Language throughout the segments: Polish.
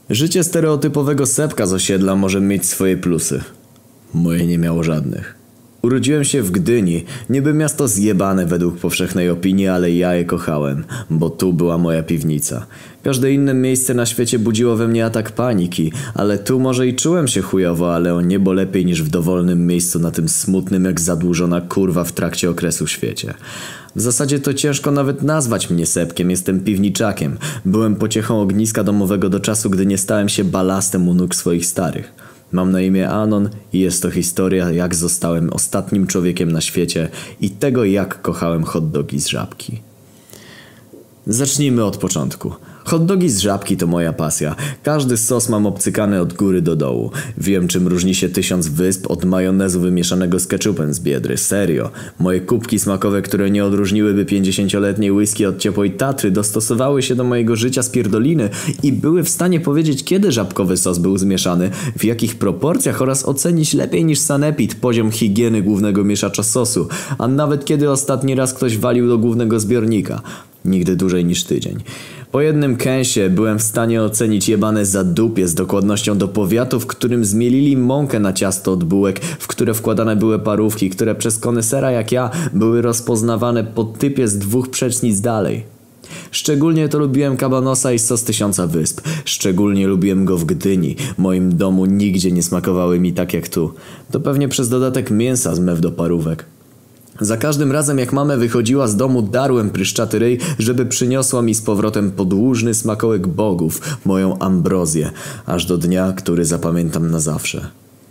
Życie stereotypowego sepka z osiedla może mieć swoje plusy. Moje nie miało żadnych. Urodziłem się w Gdyni, niby miasto zjebane według powszechnej opinii, ale ja je kochałem, bo tu była moja piwnica. Każde inne miejsce na świecie budziło we mnie atak paniki, ale tu może i czułem się chujowo, ale o niebo lepiej niż w dowolnym miejscu na tym smutnym jak zadłużona kurwa w trakcie okresu świecie. W zasadzie to ciężko nawet nazwać mnie sepkiem, jestem piwniczakiem. Byłem pociechą ogniska domowego do czasu, gdy nie stałem się balastem u nóg swoich starych. Mam na imię Anon i jest to historia, jak zostałem ostatnim człowiekiem na świecie i tego, jak kochałem hot dogi z Żabki. Zacznijmy od początku. Hot dogi z Żabki to moja pasja. Każdy sos mam obcykany od góry do dołu. Wiem, czym różni się 1000 wysp od majonezu wymieszanego z ketchupem z Biedry. Serio. Moje kubki smakowe, które nie odróżniłyby 50-letniej whisky od ciepłej Tatry, dostosowały się do mojego życia z pierdoliny i były w stanie powiedzieć, kiedy żabkowy sos był zmieszany, w jakich proporcjach oraz ocenić lepiej niż sanepid poziom higieny głównego mieszacza sosu, a nawet kiedy ostatni raz ktoś walił do głównego zbiornika. Nigdy dłużej niż tydzień. Po jednym kęsie byłem w stanie ocenić jebane zadupie z dokładnością do powiatu, w którym zmielili mąkę na ciasto od bułek, w które wkładane były parówki, które przez konesera jak ja były rozpoznawane po typie z 2 przecznic dalej. Szczególnie to lubiłem kabanosa i sos 1000 wysp. Szczególnie lubiłem go w Gdyni. W moim domu nigdzie nie smakowały mi tak jak tu. To pewnie przez dodatek mięsa z mew do parówek. Za każdym razem jak mama wychodziła z domu, darłem pryszczaty ryj, żeby przyniosła mi z powrotem podłużny smakołek bogów, moją ambrozję, aż do dnia, który zapamiętam na zawsze.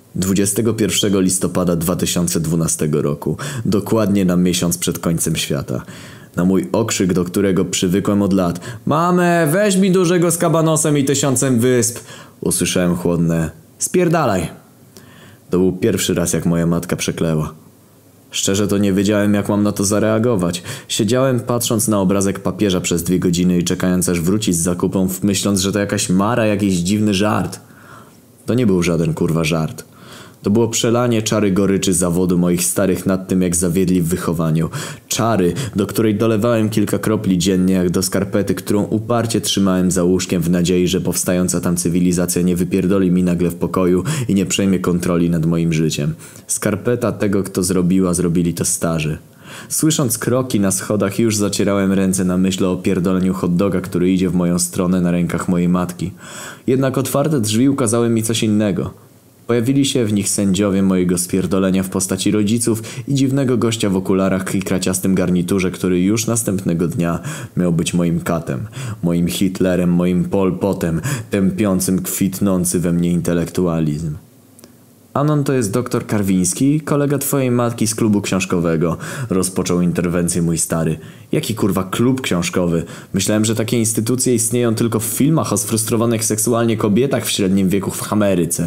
21 listopada 2012 roku, dokładnie na miesiąc przed końcem świata. Na mój okrzyk, do którego przywykłem od lat: „Mamę, weź mi dużego z kabanosem i 1000 wysp”, usłyszałem chłodne: „Spierdalaj”. To był pierwszy raz, jak moja matka przeklęła. Szczerze to nie wiedziałem, jak mam na to zareagować. Siedziałem patrząc na obrazek papieża przez 2 godziny i czekając aż wróci z zakupą, myśląc, że to jakaś mara, jakiś dziwny żart. To nie był żaden kurwa żart. To było przelanie czary goryczy zawodu moich starych nad tym, jak zawiedli w wychowaniu. Czary, do której dolewałem kilka kropli dziennie, jak do skarpety, którą uparcie trzymałem za łóżkiem w nadziei, że powstająca tam cywilizacja nie wypierdoli mi nagle w pokoju i nie przejmie kontroli nad moim życiem. Skarpeta tego, kto zrobili to starzy. Słysząc kroki na schodach, już zacierałem ręce na myśl o pierdoleniu hot doga, który idzie w moją stronę na rękach mojej matki. Jednak otwarte drzwi ukazały mi coś innego. Pojawili się w nich sędziowie mojego spierdolenia w postaci rodziców i dziwnego gościa w okularach i kraciastym garniturze, który już następnego dnia miał być moim katem, moim Hitlerem, moim Pol Potem, tępiącym kwitnący we mnie intelektualizm. Anon to jest doktor Karwiński, kolega twojej matki z klubu książkowego. Rozpoczął interwencję mój stary. Jaki kurwa klub książkowy? Myślałem, że takie instytucje istnieją tylko w filmach o sfrustrowanych seksualnie kobietach w średnim wieku w Ameryce.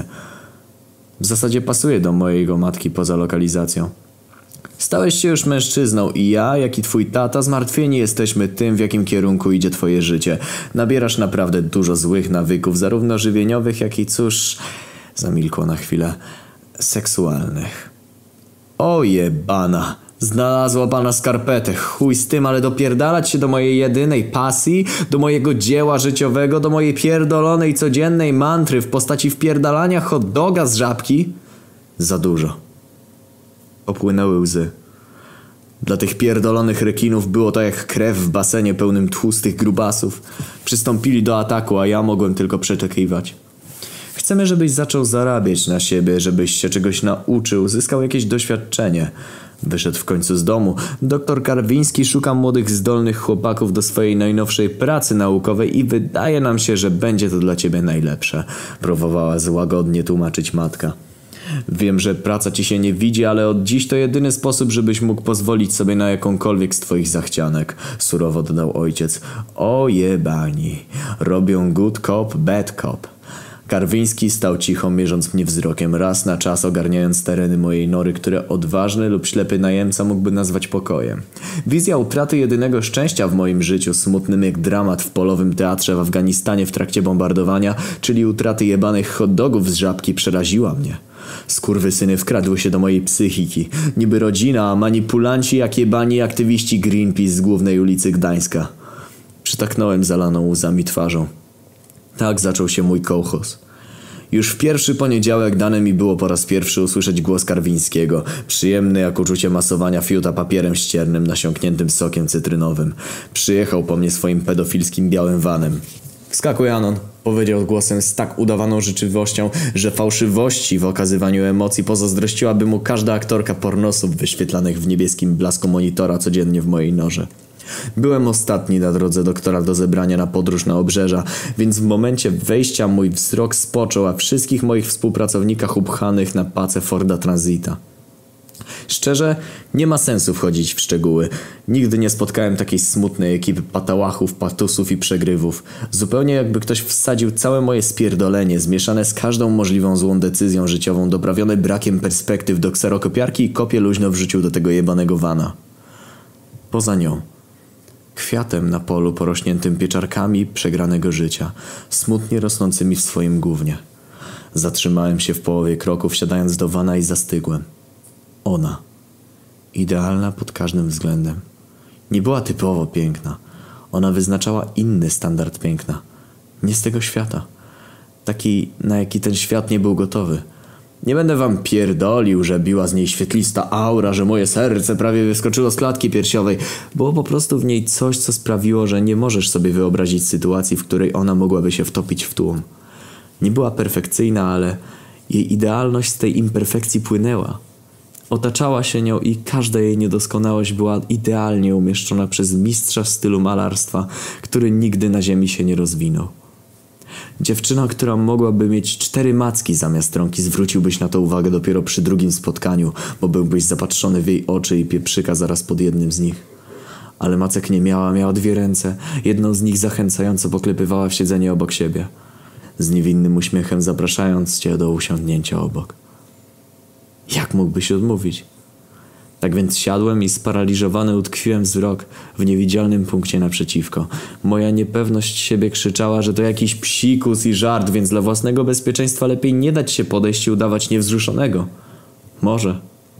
W zasadzie pasuje do mojego matki poza lokalizacją. Stałeś się już mężczyzną i ja, jak i twój tata, zmartwieni jesteśmy tym, w jakim kierunku idzie twoje życie. Nabierasz naprawdę dużo złych nawyków, zarówno żywieniowych, jak i cóż... Zamilkła na chwilę. Seksualnych. O jebana. Znalazła pana skarpetę. Chuj z tym, ale dopierdalać się do mojej jedynej pasji, do mojego dzieła życiowego, do mojej pierdolonej codziennej mantry w postaci wpierdalania hot doga z Żabki? Za dużo. Opłynęły łzy. Dla tych pierdolonych rekinów było to jak krew w basenie pełnym tłustych grubasów. Przystąpili do ataku, a ja mogłem tylko przeczekiwać. Chcemy, żebyś zaczął zarabiać na siebie, żebyś się czegoś nauczył, zyskał jakieś doświadczenie. Wyszedł w końcu z domu. Doktor Karwiński szuka młodych, zdolnych chłopaków do swojej najnowszej pracy naukowej i wydaje nam się, że będzie to dla ciebie najlepsze. Próbowała łagodnie tłumaczyć matka. Wiem, że praca ci się nie widzi, ale od dziś to jedyny sposób, żebyś mógł pozwolić sobie na jakąkolwiek z twoich zachcianek. Surowo dodał ojciec. O jebani. Robią good cop, bad cop. Karwiński stał cicho, mierząc mnie wzrokiem, raz na czas ogarniając tereny mojej nory, które odważny lub ślepy najemca mógłby nazwać pokojem. Wizja utraty jedynego szczęścia w moim życiu, smutnym jak dramat w polowym teatrze w Afganistanie w trakcie bombardowania, czyli utraty jebanych hot dogów z Żabki, przeraziła mnie. Skurwysyny wkradły się do mojej psychiki. Niby rodzina, a manipulanci jak jebani aktywiści Greenpeace z głównej ulicy Gdańska. Przytaknąłem zalaną łzami twarzą. Tak zaczął się mój kołchoz. Już w pierwszy poniedziałek dane mi było po raz pierwszy usłyszeć głos Karwińskiego, przyjemny jak uczucie masowania fiuta papierem ściernym nasiąkniętym sokiem cytrynowym. Przyjechał po mnie swoim pedofilskim białym vanem. Wskakuj, Anon, powiedział głosem z tak udawaną życzliwością, że fałszywości w okazywaniu emocji pozazdrościłaby mu każda aktorka pornosów wyświetlanych w niebieskim blasku monitora codziennie w mojej norze. Byłem ostatni na drodze doktora do zebrania na podróż na obrzeża, więc w momencie wejścia mój wzrok spoczął, a wszystkich moich współpracownikach upchanych na pacę Forda Transita. Szczerze, nie ma sensu wchodzić w szczegóły. Nigdy nie spotkałem takiej smutnej ekipy patałachów, patusów i przegrywów. Zupełnie jakby ktoś wsadził całe moje spierdolenie, zmieszane z każdą możliwą złą decyzją życiową, doprawione brakiem perspektyw do kserokopiarki i kopię luźno wrzucił do tego jebanego vana. Poza nią. Kwiatem na polu porośniętym pieczarkami przegranego życia, smutnie rosnącymi w swoim gównie. Zatrzymałem się w połowie kroku, wsiadając do vana i zastygłem. Ona. Idealna pod każdym względem. Nie była typowo piękna. Ona wyznaczała inny standard piękna. Nie z tego świata. Taki, na jaki ten świat nie był gotowy. Nie będę wam pierdolił, że biła z niej świetlista aura, że moje serce prawie wyskoczyło z klatki piersiowej. Było po prostu w niej coś, co sprawiło, że nie możesz sobie wyobrazić sytuacji, w której ona mogłaby się wtopić w tłum. Nie była perfekcyjna, ale jej idealność z tej imperfekcji płynęła. Otaczała się nią i każda jej niedoskonałość była idealnie umieszczona przez mistrza w stylu malarstwa, który nigdy na ziemi się nie rozwinął. Dziewczyna, która mogłaby mieć 4 macki zamiast rąk i zwróciłbyś na to uwagę dopiero przy drugim spotkaniu, bo byłbyś zapatrzony w jej oczy i pieprzyka zaraz pod jednym z nich. Ale macek nie miała, miała 2 ręce. Jedną z nich zachęcająco poklepywała w siedzenie obok siebie, z niewinnym uśmiechem zapraszając cię do usiądnięcia obok. Jak mógłbyś odmówić? Tak więc siadłem i sparaliżowany utkwiłem wzrok w niewidzialnym punkcie naprzeciwko. Moja niepewność siebie krzyczała, że to jakiś psikus i żart, więc dla własnego bezpieczeństwa lepiej nie dać się podejść i udawać niewzruszonego. Może.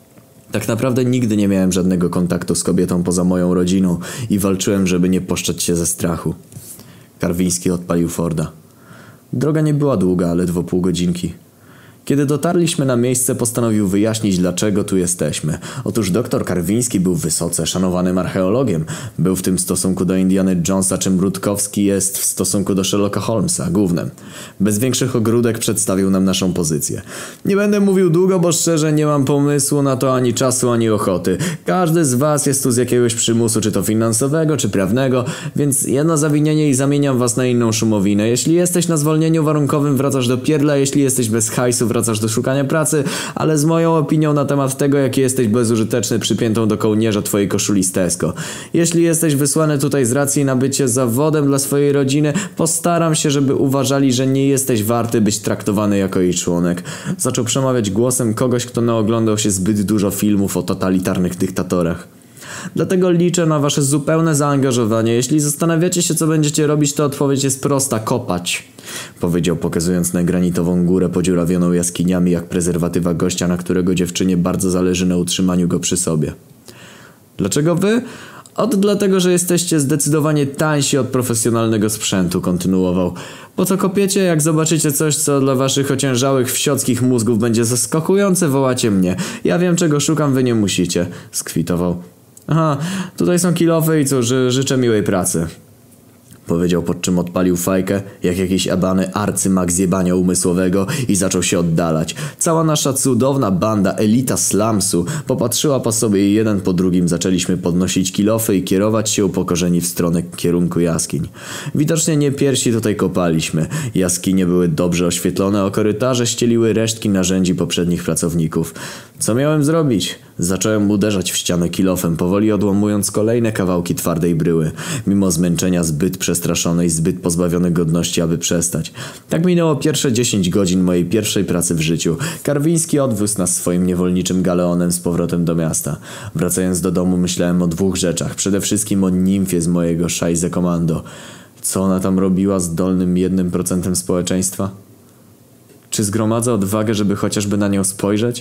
Tak naprawdę nigdy nie miałem żadnego kontaktu z kobietą poza moją rodziną i walczyłem, żeby nie poszczać się ze strachu. Karwiński odpalił Forda. Droga nie była długa, ledwo pół godzinki. Kiedy dotarliśmy na miejsce, postanowił wyjaśnić, dlaczego tu jesteśmy. Otóż doktor Karwiński był wysoce szanowanym archeologiem. Był w tym stosunku do Indiany Jonesa, czym Rutkowski jest w stosunku do Sherlocka Holmesa, gównem. Bez większych ogródek przedstawił nam naszą pozycję. Nie będę mówił długo, bo szczerze nie mam pomysłu na to ani czasu, ani ochoty. Każdy z was jest tu z jakiegoś przymusu, czy to finansowego, czy prawnego, więc jedno zawinienie i zamieniam was na inną szumowinę. Jeśli jesteś na zwolnieniu warunkowym, wracasz do pierdla, jeśli jesteś bez hajsu, wracasz do szukania pracy, ale z moją opinią na temat tego, jaki jesteś bezużyteczny, przypiętą do kołnierza twojej koszuli z Tesco. Jeśli jesteś wysłany tutaj z racji na bycie zawodem dla swojej rodziny, postaram się, żeby uważali, że nie jesteś warty być traktowany jako jej członek. Zaczął przemawiać głosem kogoś, kto naoglądał się zbyt dużo filmów o totalitarnych dyktatorach. Dlatego liczę na wasze zupełne zaangażowanie. Jeśli zastanawiacie się, co będziecie robić, to odpowiedź jest prosta. Kopać. Powiedział, pokazując na granitową górę podziurawioną jaskiniami jak prezerwatywa gościa, na którego dziewczynie bardzo zależy na utrzymaniu go przy sobie. Dlaczego wy? Dlatego, że jesteście zdecydowanie tańsi od profesjonalnego sprzętu, kontynuował. Po co kopiecie? Jak zobaczycie coś, co dla waszych ociężałych wsiockich mózgów będzie zaskakujące, wołacie mnie. Ja wiem, czego szukam, wy nie musicie, skwitował. Aha, tutaj są kilofy i cóż, życzę miłej pracy. Powiedział, po czym odpalił fajkę, jak jakiś ebany arcymag zjebania umysłowego i zaczął się oddalać. Cała nasza cudowna banda, elita slumsu, popatrzyła po sobie i jeden po drugim zaczęliśmy podnosić kilofy i kierować się upokorzeni w stronę kierunku jaskiń. Widocznie nie pierwsi tutaj kopaliśmy. Jaskinie były dobrze oświetlone, a korytarze ścieliły resztki narzędzi poprzednich pracowników. Co miałem zrobić? Zacząłem uderzać w ścianę kilofem, powoli odłamując kolejne kawałki twardej bryły, mimo zmęczenia zbyt przestraszonej, zbyt pozbawiony godności, aby przestać. Tak minęło pierwsze 10 godzin mojej pierwszej pracy w życiu. Karwiński odwiózł nas swoim niewolniczym galeonem z powrotem do miasta. Wracając do domu, myślałem o 2 rzeczach. Przede wszystkim o nimfie z mojego Szajze Komando. Co ona tam robiła z dolnym 1% społeczeństwa? Czy zgromadza odwagę, żeby chociażby na nią spojrzeć?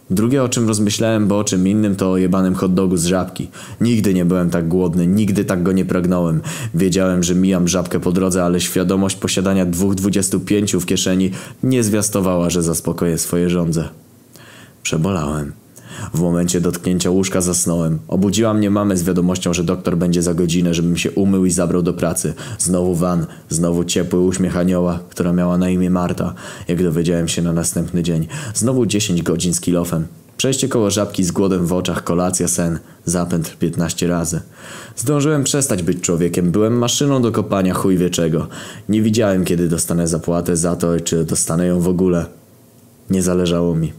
Drugie, o czym rozmyślałem, bo o czym innym, to o jebanym hot dogu z Żabki. Nigdy nie byłem tak głodny, nigdy tak go nie pragnąłem. Wiedziałem, że mijam Żabkę po drodze, ale świadomość posiadania 2,25 w kieszeni nie zwiastowała, że zaspokoję swoje żądze. Przebolałem. W momencie dotknięcia łóżka zasnąłem. Obudziła mnie mamę z wiadomością, że doktor będzie za godzinę, żebym się umył i zabrał do pracy. Znowu van, znowu ciepły uśmiech anioła, która miała na imię Marta, jak dowiedziałem się na następny dzień. Znowu 10 godzin z kilofem. Przejście koło Żabki z głodem w oczach, kolacja, sen, zapęd 15 razy. Zdążyłem przestać być człowiekiem, byłem maszyną do kopania chuj wie czego. Nie widziałem, kiedy dostanę zapłatę za to, czy dostanę ją w ogóle. Nie zależało mi.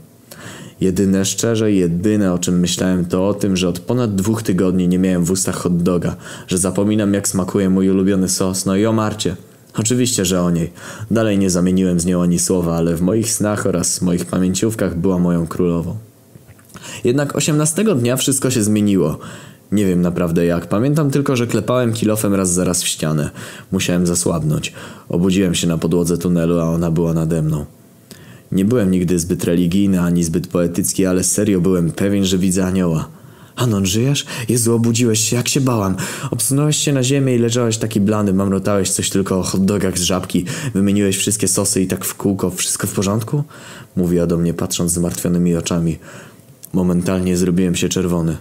Jedyne o czym myślałem, to o tym, że od ponad 2 tygodni nie miałem w ustach hot doga, że zapominam, jak smakuje mój ulubiony sos, no i o Marcie. Oczywiście, że o niej. Dalej nie zamieniłem z nią ani słowa, ale w moich snach oraz moich pamięciówkach była moją królową. Jednak 18 dnia wszystko się zmieniło. Nie wiem naprawdę jak. Pamiętam tylko, że klepałem kilofem zaraz w ścianę. Musiałem zasłabnąć. Obudziłem się na podłodze tunelu, a ona była nade mną. Nie byłem nigdy zbyt religijny ani zbyt poetycki, ale serio byłem pewien, że widzę anioła. Anon, żyjesz? Jezu, obudziłeś się, jak się bałam. Obsunąłeś się na ziemię i leżałeś taki blady, mamrotałeś coś tylko o hot dogach z Żabki. Wymieniłeś wszystkie sosy i tak w kółko. Wszystko w porządku? Mówiła do mnie, patrząc zmartwionymi oczami. Momentalnie zrobiłem się czerwony.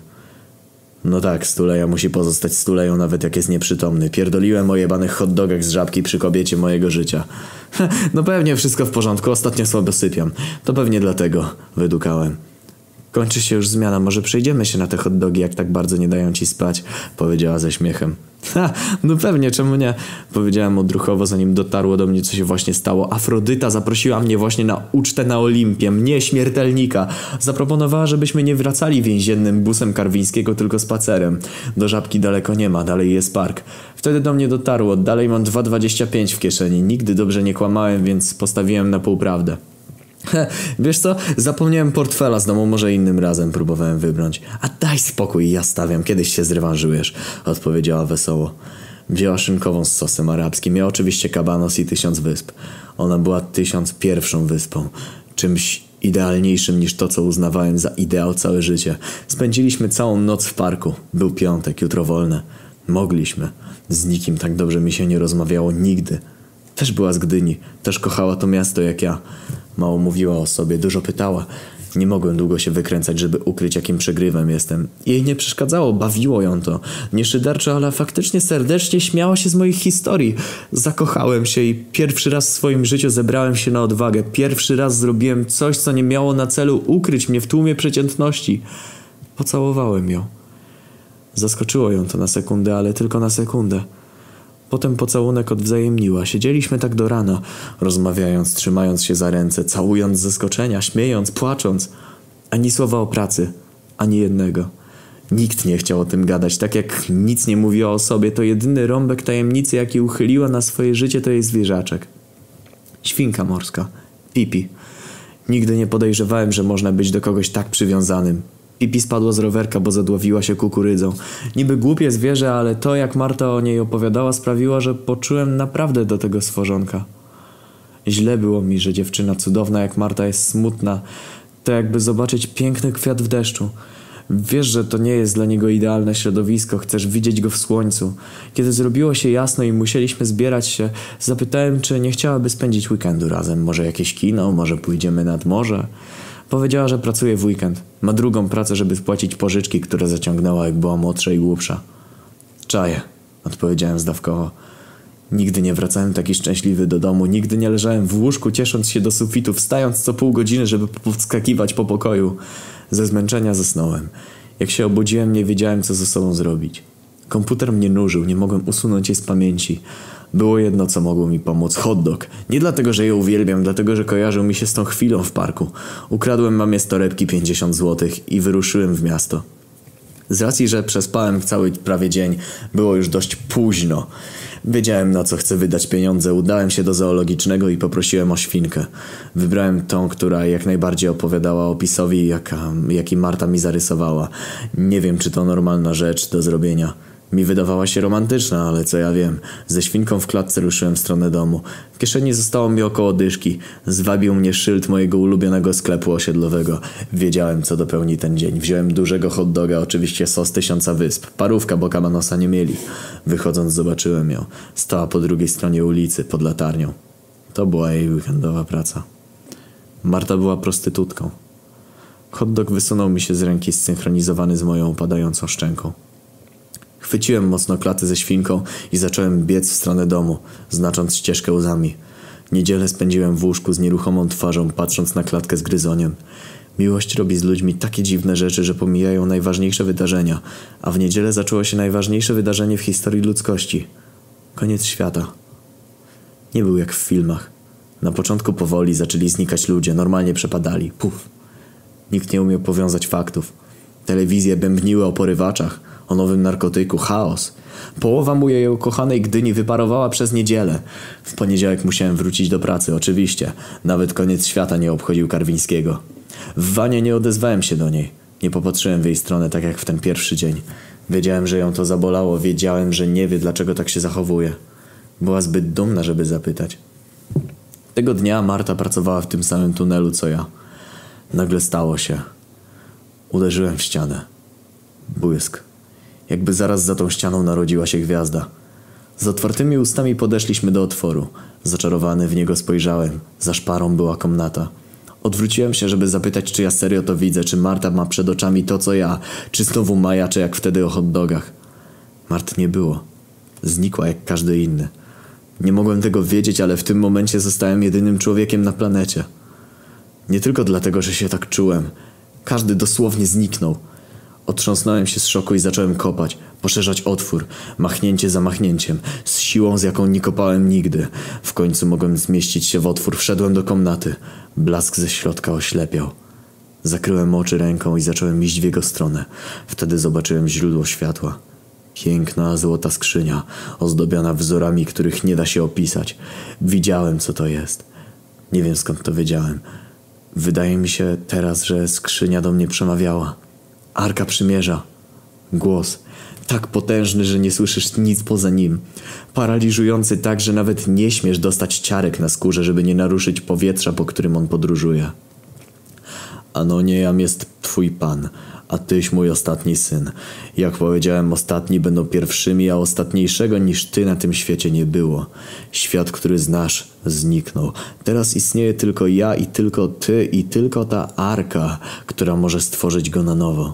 No tak, Stuleja musi pozostać Stuleją, nawet jak jest nieprzytomny. Pierdoliłem o jebanych hot dogach z Żabki przy kobiecie mojego życia. No pewnie wszystko w porządku, ostatnio słabo sypiam. To pewnie dlatego, wydukałem. Kończy się już zmiana, może przejdziemy się na te hot dogi, jak tak bardzo nie dają ci spać, powiedziała ze śmiechem. No pewnie, czemu nie? Powiedziałem odruchowo, zanim dotarło do mnie, co się właśnie stało. Afrodyta zaprosiła mnie właśnie na ucztę na Olimpie, mnie, śmiertelnika. Zaproponowała, żebyśmy nie wracali więziennym busem Karwińskiego, tylko spacerem. Do Żabki daleko nie ma, dalej jest park. Wtedy do mnie dotarło, dalej mam 2,25 w kieszeni. Nigdy dobrze nie kłamałem, więc postawiłem na półprawdę. Wiesz co? Zapomniałem portfela z domu, może innym razem próbowałem wybrnąć. A daj spokój, ja stawiam, kiedyś się zrewanżujesz, odpowiedziała wesoło. Wzięła szynkową z sosem arabskim, ja oczywiście kabanos i 1000 wysp. Ona była 1001 wyspą, czymś idealniejszym niż to, co uznawałem za ideał całe życie. Spędziliśmy całą noc w parku. Był piątek, jutro wolne. Mogliśmy. Z nikim tak dobrze mi się nie rozmawiało nigdy. Też była z Gdyni, też kochała to miasto jak ja. Mało mówiła o sobie, dużo pytała. Nie mogłem długo się wykręcać, żeby ukryć, jakim przegrywem jestem. Jej nie przeszkadzało, bawiło ją to. Nie szyderczo, ale faktycznie serdecznie śmiała się z moich historii. Zakochałem się i pierwszy raz w swoim życiu zebrałem się na odwagę. Pierwszy raz zrobiłem coś, co nie miało na celu ukryć mnie w tłumie przeciętności. Pocałowałem ją. Zaskoczyło ją to na sekundę, ale tylko na sekundę. Potem pocałunek odwzajemniła. Siedzieliśmy tak do rana, rozmawiając, trzymając się za ręce, całując z zaskoczenia, śmiejąc, płacząc. Ani słowa o pracy, ani jednego. Nikt nie chciał o tym gadać, tak jak nic nie mówiła o sobie. To jedyny rąbek tajemnicy, jaki uchyliła na swoje życie, to jej zwierzaczek. Świnka morska. Pipi. Nigdy nie podejrzewałem, że można być do kogoś tak przywiązanym. Pipi spadła z rowerka, bo zadławiła się kukurydzą. Niby głupie zwierzę, ale to, jak Marta o niej opowiadała, sprawiło, że poczułem naprawdę do tego stworzonka. Źle było mi, że dziewczyna cudowna jak Marta jest smutna. To jakby zobaczyć piękny kwiat w deszczu. Wiesz, że to nie jest dla niego idealne środowisko, chcesz widzieć go w słońcu. Kiedy zrobiło się jasno i musieliśmy zbierać się, zapytałem, czy nie chciałaby spędzić weekendu razem. Może jakieś kino, może pójdziemy nad morze. Powiedziała, że pracuje w weekend. Ma drugą pracę, żeby spłacić pożyczki, które zaciągnęła, jak była młodsza i głupsza. Czaję, odpowiedziałem zdawkowo. Nigdy nie wracałem taki szczęśliwy do domu, nigdy nie leżałem w łóżku, ciesząc się do sufitu, wstając co pół godziny, żeby podskakiwać po pokoju. Ze zmęczenia zasnąłem. Jak się obudziłem, nie wiedziałem, co ze sobą zrobić. Komputer mnie nużył, nie mogłem usunąć jej z pamięci. Było jedno, co mogło mi pomóc. Hot dog. Nie dlatego, że je uwielbiam, dlatego, że kojarzył mi się z tą chwilą w parku. Ukradłem mamie z torebki 50 zł i wyruszyłem w miasto. Z racji, że przespałem cały prawie dzień, było już dość późno. Wiedziałem, na co chcę wydać pieniądze. Udałem się do zoologicznego i poprosiłem o świnkę. Wybrałem tą, która jak najbardziej opowiadała opisowi, jaki Marta mi zarysowała. Nie wiem, czy to normalna rzecz do zrobienia. Mi wydawała się romantyczna, ale co ja wiem. Ze świnką w klatce ruszyłem w stronę domu. W kieszeni zostało mi około dyszki. Zwabił mnie szyld mojego ulubionego sklepu osiedlowego. Wiedziałem, co dopełni ten dzień. Wziąłem dużego hot doga, oczywiście sos 1000 wysp. Parówka, bo kamanosa nie mieli. Wychodząc zobaczyłem ją. Stała po drugiej stronie ulicy, pod latarnią. To była jej weekendowa praca. Marta była prostytutką. Hot dog wysunął mi się z ręki, zsynchronizowany z moją opadającą szczęką. Chwyciłem mocno klatę ze świnką i zacząłem biec w stronę domu, znacząc ścieżkę łzami. Niedzielę spędziłem w łóżku z nieruchomą twarzą, patrząc na klatkę z gryzoniem. Miłość robi z ludźmi takie dziwne rzeczy, że pomijają najważniejsze wydarzenia, a w niedzielę zaczęło się najważniejsze wydarzenie w historii ludzkości. Koniec świata. Nie był jak w filmach. Na początku powoli zaczęli znikać ludzie, normalnie przepadali. Puf. Nikt nie umiał powiązać faktów. Telewizje bębniły o porywaczach, o nowym narkotyku, chaos. Połowa mojej ukochanej Gdyni wyparowała przez niedzielę. W poniedziałek musiałem wrócić do pracy, oczywiście. Nawet koniec świata nie obchodził Karwińskiego. W wanie nie odezwałem się do niej. Nie popatrzyłem w jej stronę tak jak w ten pierwszy dzień. Wiedziałem, że ją to zabolało, wiedziałem, że nie wie, dlaczego tak się zachowuje. Była zbyt dumna, żeby zapytać. Tego dnia Marta pracowała w tym samym tunelu, co ja. Nagle stało się. Uderzyłem w ścianę. Błysk. Jakby zaraz za tą ścianą narodziła się gwiazda. Z otwartymi ustami podeszliśmy do otworu. Zaczarowany w niego spojrzałem. Za szparą była komnata. Odwróciłem się, żeby zapytać, czy ja serio to widzę, czy Marta ma przed oczami to, co ja, czy znowu majaczy jak wtedy o hot dogach. Marty nie było. Znikła jak każdy inny. Nie mogłem tego wiedzieć, ale w tym momencie zostałem jedynym człowiekiem na planecie. Nie tylko dlatego, że się tak czułem. Każdy dosłownie zniknął. Otrząsnąłem się z szoku i zacząłem kopać, poszerzać otwór, machnięcie za machnięciem, z siłą, z jaką nie kopałem nigdy. W końcu mogłem zmieścić się w otwór, wszedłem do komnaty. Blask ze środka oślepiał. Zakryłem oczy ręką i zacząłem iść w jego stronę. Wtedy zobaczyłem źródło światła. Piękna, złota skrzynia, ozdobiona wzorami, których nie da się opisać. Widziałem, co to jest. Nie wiem, skąd to wiedziałem. Wydaje mi się teraz, że skrzynia do mnie przemawiała. Arka Przymierza. Głos. Tak potężny, że nie słyszysz nic poza nim. Paraliżujący tak, że nawet nie śmiesz dostać ciarek na skórze, żeby nie naruszyć powietrza, po którym on podróżuje. Anonie, jam jest twój pan, a tyś mój ostatni syn. Jak powiedziałem, ostatni będą pierwszymi, a ostatniejszego niż ty na tym świecie nie było. Świat, który znasz, zniknął. Teraz istnieje tylko ja i tylko ty i tylko ta arka, która może stworzyć go na nowo.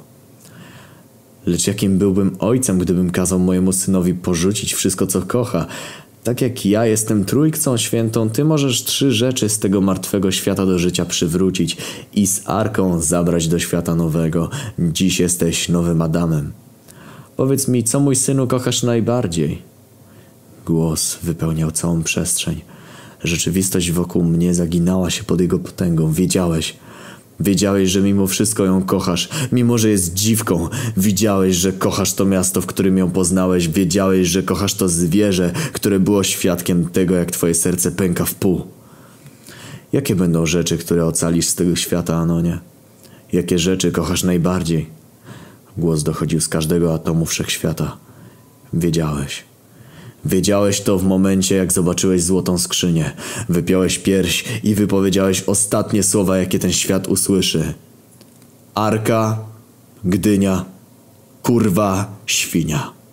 Lecz jakim byłbym ojcem, gdybym kazał mojemu synowi porzucić wszystko, co kocha? Tak jak ja jestem Trójcą Świętą, ty możesz 3 rzeczy z tego martwego świata do życia przywrócić i z arką zabrać do świata nowego. Dziś jesteś nowym Adamem. Powiedz mi, co mój synu kochasz najbardziej? Głos wypełniał całą przestrzeń. Rzeczywistość wokół mnie zaginała się pod jego potęgą. Wiedziałeś, że mimo wszystko ją kochasz, mimo że jest dziwką. Widziałeś, że kochasz to miasto, w którym ją poznałeś. Wiedziałeś, że kochasz to zwierzę, które było świadkiem tego, jak twoje serce pęka w pół. Jakie będą rzeczy, które ocalisz z tego świata, Anonie? Jakie rzeczy kochasz najbardziej? Głos dochodził z każdego atomu wszechświata. Wiedziałeś to w momencie, jak zobaczyłeś złotą skrzynię. Wypiąłeś pierś i wypowiedziałeś ostatnie słowa, jakie ten świat usłyszy. Arka, Gdynia, kurwa, świnia.